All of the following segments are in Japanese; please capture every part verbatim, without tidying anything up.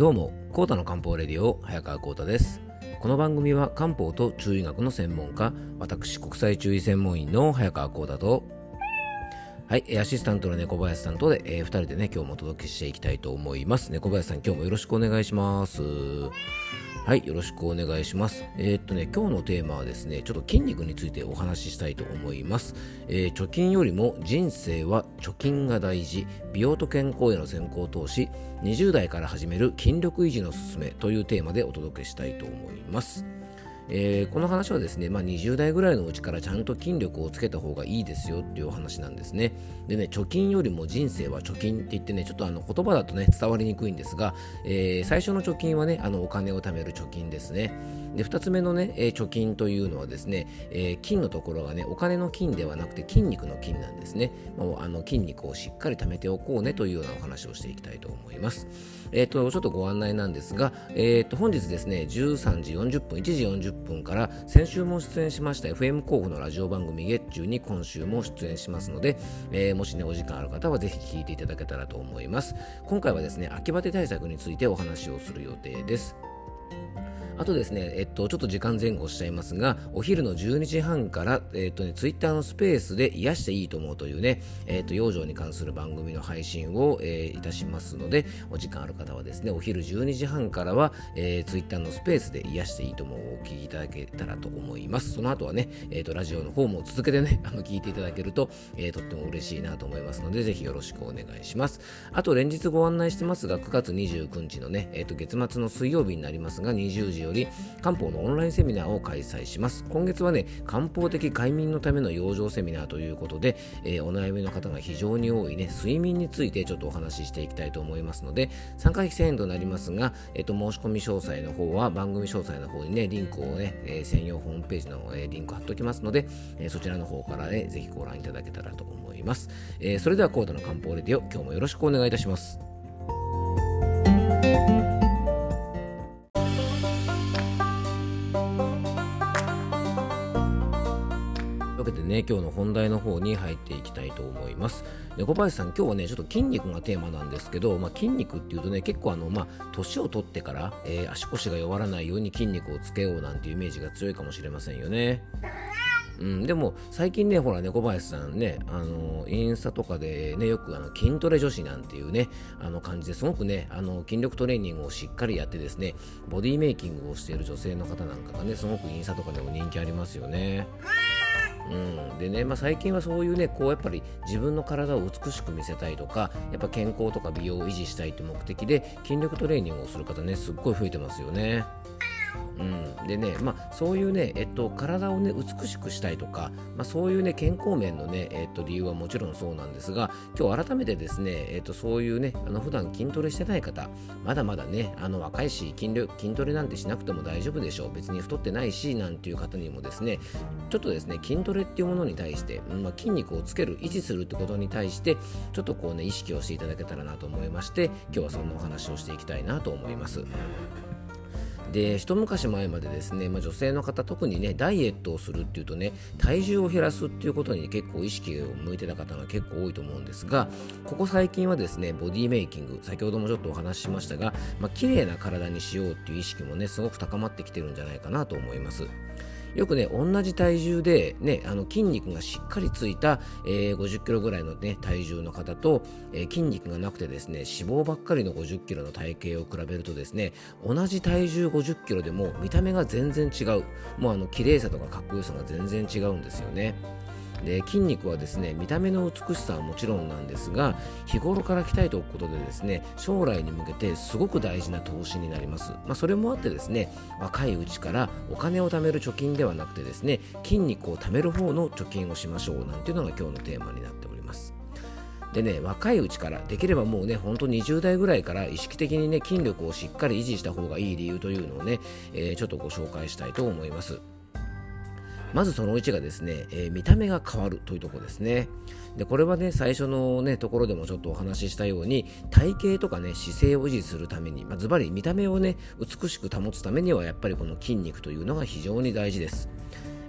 どうも、コータの漢方レディオ早川コータです。この番組は漢方と中医学の専門家、私国際中医専門医の早川コータと、はい、アシスタントの猫林さんとで、えー、ふたりでね今日もお届けしていきたいと思います。猫林さん、今日もよろしくお願いします。はい、よろしくお願いします。えー、っとね今日のテーマはですね、ちょっと筋肉についてお話ししたいと思います。えー、貯金よりも人生は貯金が大事、美容と健康への先行投資、にじゅう代から始める筋力維持のすすめというテーマでお届けしたいと思います。えー、この話はですね、まあ、にじゅう代ぐらいのうちからちゃんと筋力をつけた方がいいですよっていうお話なんですね。でね、貯金よりも人生は貯金って言ってね、ちょっとあの言葉だとね伝わりにくいんですが、えー、最初の貯金はね、あのお金を貯める貯金ですね。で、ふたつめのね、えー、貯金というのはですね、えー、金のところがね、お金の金ではなくて筋肉の筋なんですね。もうあの筋肉をしっかり貯めておこうねというようなお話をしていきたいと思います。えー、とちょっとご案内なんですが、えー、と本日ですねじゅうさんじよんじゅっぷんいちじよんじゅっぷんから先週も出演しました エフエム 候補のラジオ番組月中に今週も出演しますので、えー、もしねお時間ある方はぜひ聞いていただけたらと思います。今回はですね、秋バテ対策についてお話をする予定です。あとですね、えっと、ちょっと時間前後しちゃいますが、お昼のじゅうにじはんから、えっとね、ツイッターのスペースで癒していいと思うというね、えっと、養生に関する番組の配信を、えー、いたしますので、お時間ある方はですね、お昼じゅうにじはんからは、えー、ツイッターのスペースで癒していいと思うをお聞きいただけたらと思います。その後はね、えっと、ラジオの方も続けてね、あの聞いていただけると、えー、とっても嬉しいなと思いますので、ぜひよろしくお願いします。あと、連日ご案内してますが、くがつにじゅうくにちのね、えっと、月末の水曜日になりますが、にじゅうじより漢方のオンラインセミナーを開催します。今月はね、漢方的快眠のための養生セミナーということで、えー、お悩みの方が非常に多いね、睡眠についてちょっとお話ししていきたいと思いますので、参加費せんえんとなりますが、えっと、申し込み詳細の方は番組詳細の方にね、リンクをね、えー、専用ホームページの、えー、リンク貼っておきますので、えー、そちらの方からね、ぜひご覧いただけたらと思います。えー、それではコードの漢方レディオ、今日もよろしくお願いいたします。というわけでね、今日の本題の方に入っていきたいと思います。で、小林さん、今日はねちょっと筋肉がテーマなんですけど、まあ、筋肉っていうとね、結構あのまあ年を取ってから、えー、足腰が弱らないように筋肉をつけようなんていうイメージが強いかもしれませんよね。うん、でも最近ね、ほらね、小林さんね、あのインスタとかでね、よくあの筋トレ女子なんていうね、あの感じですごくね、あの筋力トレーニングをしっかりやってですね、ボディメイキングをしている女性の方なんかがね、すごくインスタとかでも人気ありますよね。うん、でね、まあ、最近はそういうね、こうやっぱり自分の体を美しく見せたいとか、やっぱ健康とか美容を維持したいという目的で筋力トレーニングをする方ね、すっごい増えてますよね。うん、でね、まあ、そういうね、えっと、体をね美しくしたいとか、まあ、そういうね健康面のね、えっと、理由はもちろんそうなんですが、今日改めてですね、えっと、そういうね、あの普段筋トレしてない方、まだまだね、あの若いし筋力筋トレなんてしなくても大丈夫でしょう、別に太ってないしなんていう方にもですね、ちょっとですね、筋トレっていうものに対して、まあ、筋肉をつける、維持するってことに対してちょっとこうね意識をしていただけたらなと思いまして、今日はそんなお話をしていきたいなと思います。で、一昔前までですね、まあ、女性の方、特にねダイエットをするっていうとね、体重を減らすっていうことに結構意識を向いてた方が結構多いと思うんですが、ここ最近はですね、ボディメイキング、先ほどもちょっとお話ししましたが、まあ、綺麗な体にしようっていう意識もね、すごく高まってきてるんじゃないかなと思います。よくね、同じ体重で、ね、あの筋肉がしっかりついた、えー、ごじゅっキロぐらいの、ね、体重の方と、えー、筋肉がなくてですね、脂肪ばっかりのごじゅっキロの体型を比べるとですね、同じ体重ごじゅっキロでも見た目が全然違う、もうあの綺麗さとかかっこよさが全然違うんですよね。で、筋肉はですね、見た目の美しさはもちろんなんですが、日頃から鍛えておくことでですね、将来に向けてすごく大事な投資になります。まあ、それもあってですね、若いうちからお金を貯める貯金ではなくてですね、筋肉を貯める方の貯金をしましょうなんていうのが今日のテーマになっております。でね、若いうちから、できればもうね、ほんとにじゅう代ぐらいから意識的にね、筋力をしっかり維持した方がいい理由というのをね、えー、ちょっとご紹介したいと思います。まずそのいちがですね、えー、見た目が変わるというところですね。で、これはね、最初のね、ところでもちょっとお話ししたように、体型とかね、姿勢を維持するために、まあ、ズバリ見た目をね、美しく保つためには、やっぱりこの筋肉というのが非常に大事です。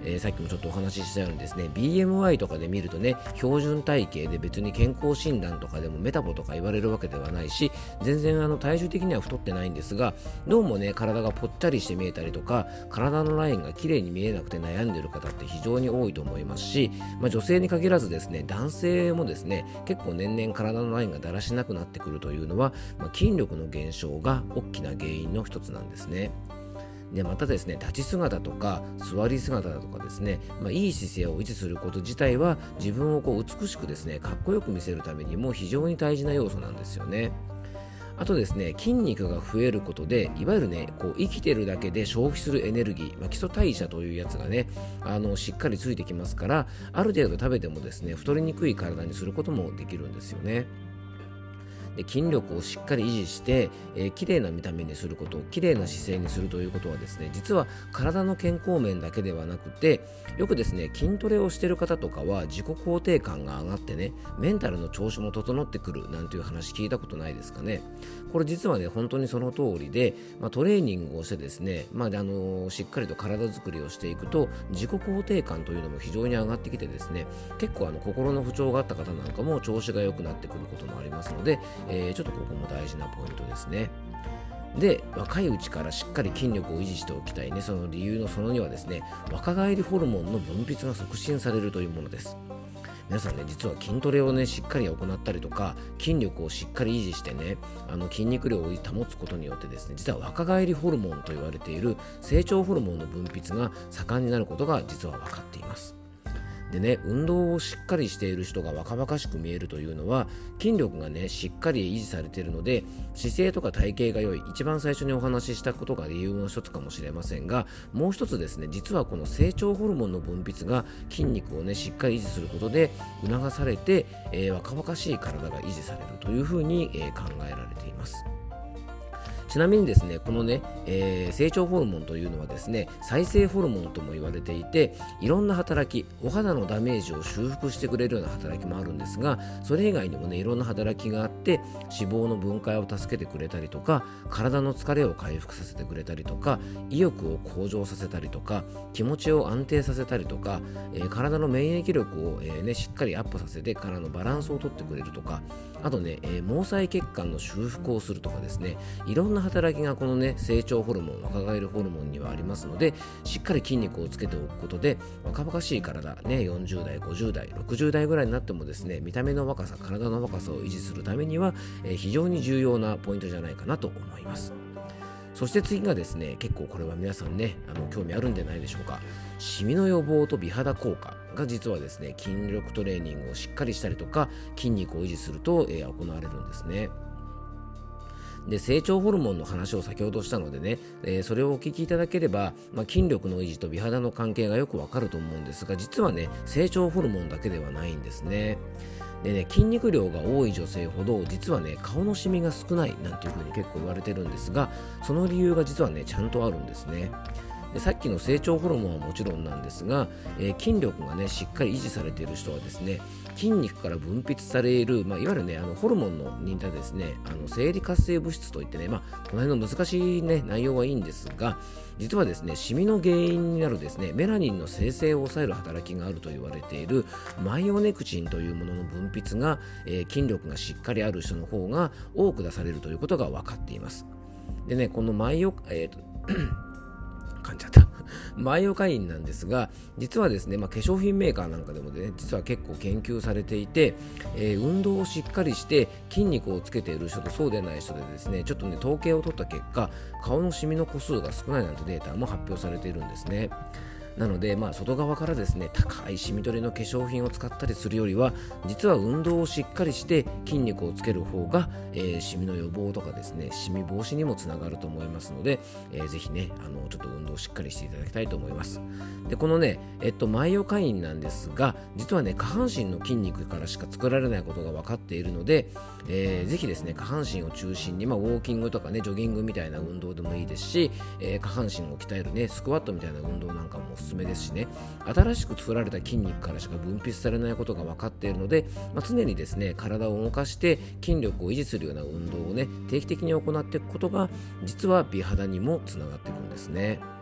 えー、さっきもちょっとお話ししたようにですね ビーエムアイ とかで見るとね標準体型で別に健康診断とかでもメタボとか言われるわけではないし、全然あの体重的には太ってないんですが、どうもね体がぽっちゃりして見えたりとか体のラインが綺麗に見えなくて悩んでいる方って非常に多いと思いますし、まあ、女性に限らずですね男性もですね結構年々体のラインがだらしなくなってくるというのは、まあ、筋力の減少が大きな原因の一つなんですね。でまたですね立ち姿とか座り姿だとかですね、まあ、いい姿勢を維持すること自体は自分をこう美しくですねかっこよく見せるためにも非常に大事な要素なんですよね。あとですね筋肉が増えることでいわゆるねこう生きてるだけで消費するエネルギー、まあ、基礎代謝というやつがねあのしっかりついてきますから、ある程度食べてもですね太りにくい体にすることもできるんですよね。で筋力をしっかり維持して、えー、綺麗な見た目にすること、綺麗な姿勢にするということはですね、実は体の健康面だけではなくて、よくですね筋トレをしている方とかは自己肯定感が上がってねメンタルの調子も整ってくるなんていう話聞いたことないですかね。これ実はね本当にその通りで、まあ、トレーニングをしてですね、まああのー、しっかりと体作りをしていくと自己肯定感というのも非常に上がってきてですね、結構あの心の不調があった方なんかも調子が良くなってくることもありますので、えー、ちょっとここも大事なポイントですね。で若いうちからしっかり筋力を維持しておきたいねその理由のそのにはですね、若返りホルモンの分泌が促進されるというものです。皆さんね実は筋トレをねしっかり行ったりとか筋力をしっかり維持してねあの筋肉量を保つことによってですね、実は若返りホルモンと言われている成長ホルモンの分泌が盛んになることが実は分かっています。でね、運動をしっかりしている人が若々しく見えるというのは筋力がねしっかり維持されているので、姿勢とか体型が良い、一番最初にお話ししたことが理由の一つかもしれませんが、もう一つですね、実はこの成長ホルモンの分泌が筋肉をねしっかり維持することで促されて、えー、若々しい体が維持されるというふうに、えー、考えられています。ちなみにですねこのね、えー、成長ホルモンというのはですね再生ホルモンとも言われていて、いろんな働き、お肌のダメージを修復してくれるような働きもあるんですが、それ以外にもねいろんな働きがあって、脂肪の分解を助けてくれたりとか、体の疲れを回復させてくれたりとか、意欲を向上させたりとか、気持ちを安定させたりとか、えー、体の免疫力を、えーね、しっかりアップさせてからのバランスをとってくれるとか、あとね、えー、毛細血管の修復をするとかですね、いろんな働きがこのね成長ホルモン、若返るホルモンにはありますので、しっかり筋肉をつけておくことで若々しい体ね、よんじゅう代、ごじゅう代、ろくじゅう代ぐらいになってもですね、見た目の若さ、体の若さを維持するためには、えー、非常に重要なポイントじゃないかなと思います。そして次がですね、結構これは皆さんねあの興味あるんじゃないでしょうか。シミの予防と美肌効果が実はですね、筋力トレーニングをしっかりしたりとか筋肉を維持すると、えー、行われるんですね。で成長ホルモンの話を先ほどしたのでね、えー、それをお聞きいただければ、まあ、筋力の維持と美肌の関係がよくわかると思うんですが、実はね成長ホルモンだけではないんですね。でね、筋肉量が多い女性ほど実はね顔のシミが少ないなんていう風に結構言われてるんですが、その理由が実はねちゃんとあるんですね。でさっきの成長ホルモンはもちろんなんですが、えー、筋力がねしっかり維持されている人はですね、筋肉から分泌される、まあ、いわゆるねあのホルモンの似たですねあの生理活性物質といってね、まあ、この辺の難しい、ね、内容はいいんですが、実はですねシミの原因になるですねメラニンの生成を抑える働きがあると言われているマイオネクチンというものの分泌が、えー、筋力がしっかりある人の方が多く出されるということが分かっています。でねこのマイオ、えーと噛んじゃったマイオカインなんですが、実はですね、まあ、化粧品メーカーなんかでもね実は結構研究されていて、えー、運動をしっかりして筋肉をつけている人とそうでない人でですね、ちょっとね統計を取った結果、顔のシミの個数が少ないなんてデータも発表されているんですね。なので、まあ、外側からですね高いシミ取りの化粧品を使ったりするよりは、実は運動をしっかりして筋肉をつける方が、えー、シミの予防とかですねシミ防止にもつながると思いますので、えー、ぜひねあのちょっと運動をしっかりしていただきたいと思います。でこのね、えっと、マイオカインなんですが、実はね下半身の筋肉からしか作られないことが分かっているので、えー、ぜひですね下半身を中心に、まあ、ウォーキングとかねジョギングみたいな運動でもいいですし、えー、下半身を鍛えるねスクワットみたいな運動なんかもおすすめですしね、新しく作られた筋肉からしか分泌されないことが分かっているので、まあ、常にですね体を動かして筋力を維持するような運動をね定期的に行っていくことが実は美肌にもつながっていくんですね。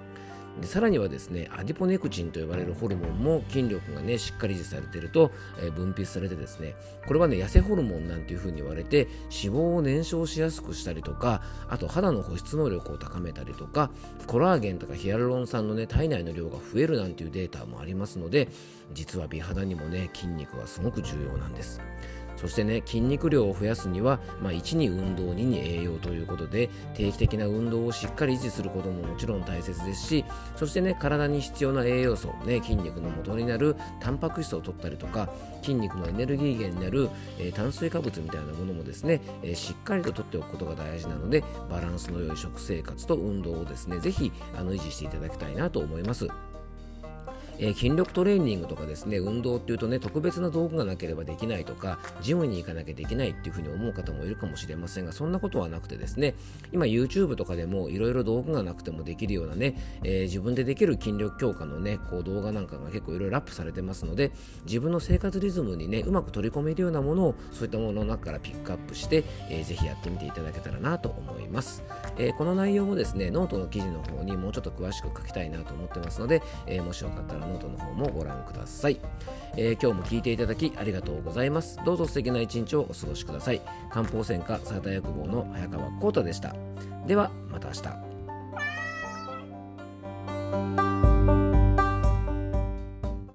でさらにはですね、アディポネクチンと呼ばれるホルモンも筋力がねしっかり維持されていると、えー、分泌されてですね、これはね痩せホルモンなんていう風に言われて、脂肪を燃焼しやすくしたりとか、あと肌の保湿能力を高めたりとか、コラーゲンとかヒアルロン酸のね体内の量が増えるなんていうデータもありますので、実は美肌にもね筋肉はすごく重要なんです。そしてね、筋肉量を増やすには、まあ、いちに運動、にに栄養ということで、定期的な運動をしっかり維持することももちろん大切ですし、そしてね、体に必要な栄養素、ね、筋肉の元になるタンパク質を取ったりとか、筋肉のエネルギー源になる、えー、炭水化物みたいなものもですね、えー、しっかりと取っておくことが大事なので、バランスの良い食生活と運動をですね、ぜひあの維持していただきたいなと思います。えー、筋力トレーニングとかですね、運動っていうとね、特別な道具がなければできないとか、ジムに行かなきゃできないっていうふうに思う方もいるかもしれませんが、そんなことはなくてですね、今 YouTube とかでもいろいろ道具がなくてもできるようなね、えー、自分でできる筋力強化のね、こう動画なんかが結構いろいろアップされてますので、自分の生活リズムにね、うまく取り込めるようなものを、そういったものの中からピックアップして、えー、ぜひやってみていただけたらなと思います。えー、この内容もですね、ノートの記事の方にもうちょっと詳しく書きたいなと思ってますので、えー、もしよかったらノートの方もご覧ください。えー、今日も聞いていただきありがとうございます。どうぞ素敵な一日をお過ごしください。漢方専科サラダ薬房の早川浩太でした。ではまた明日。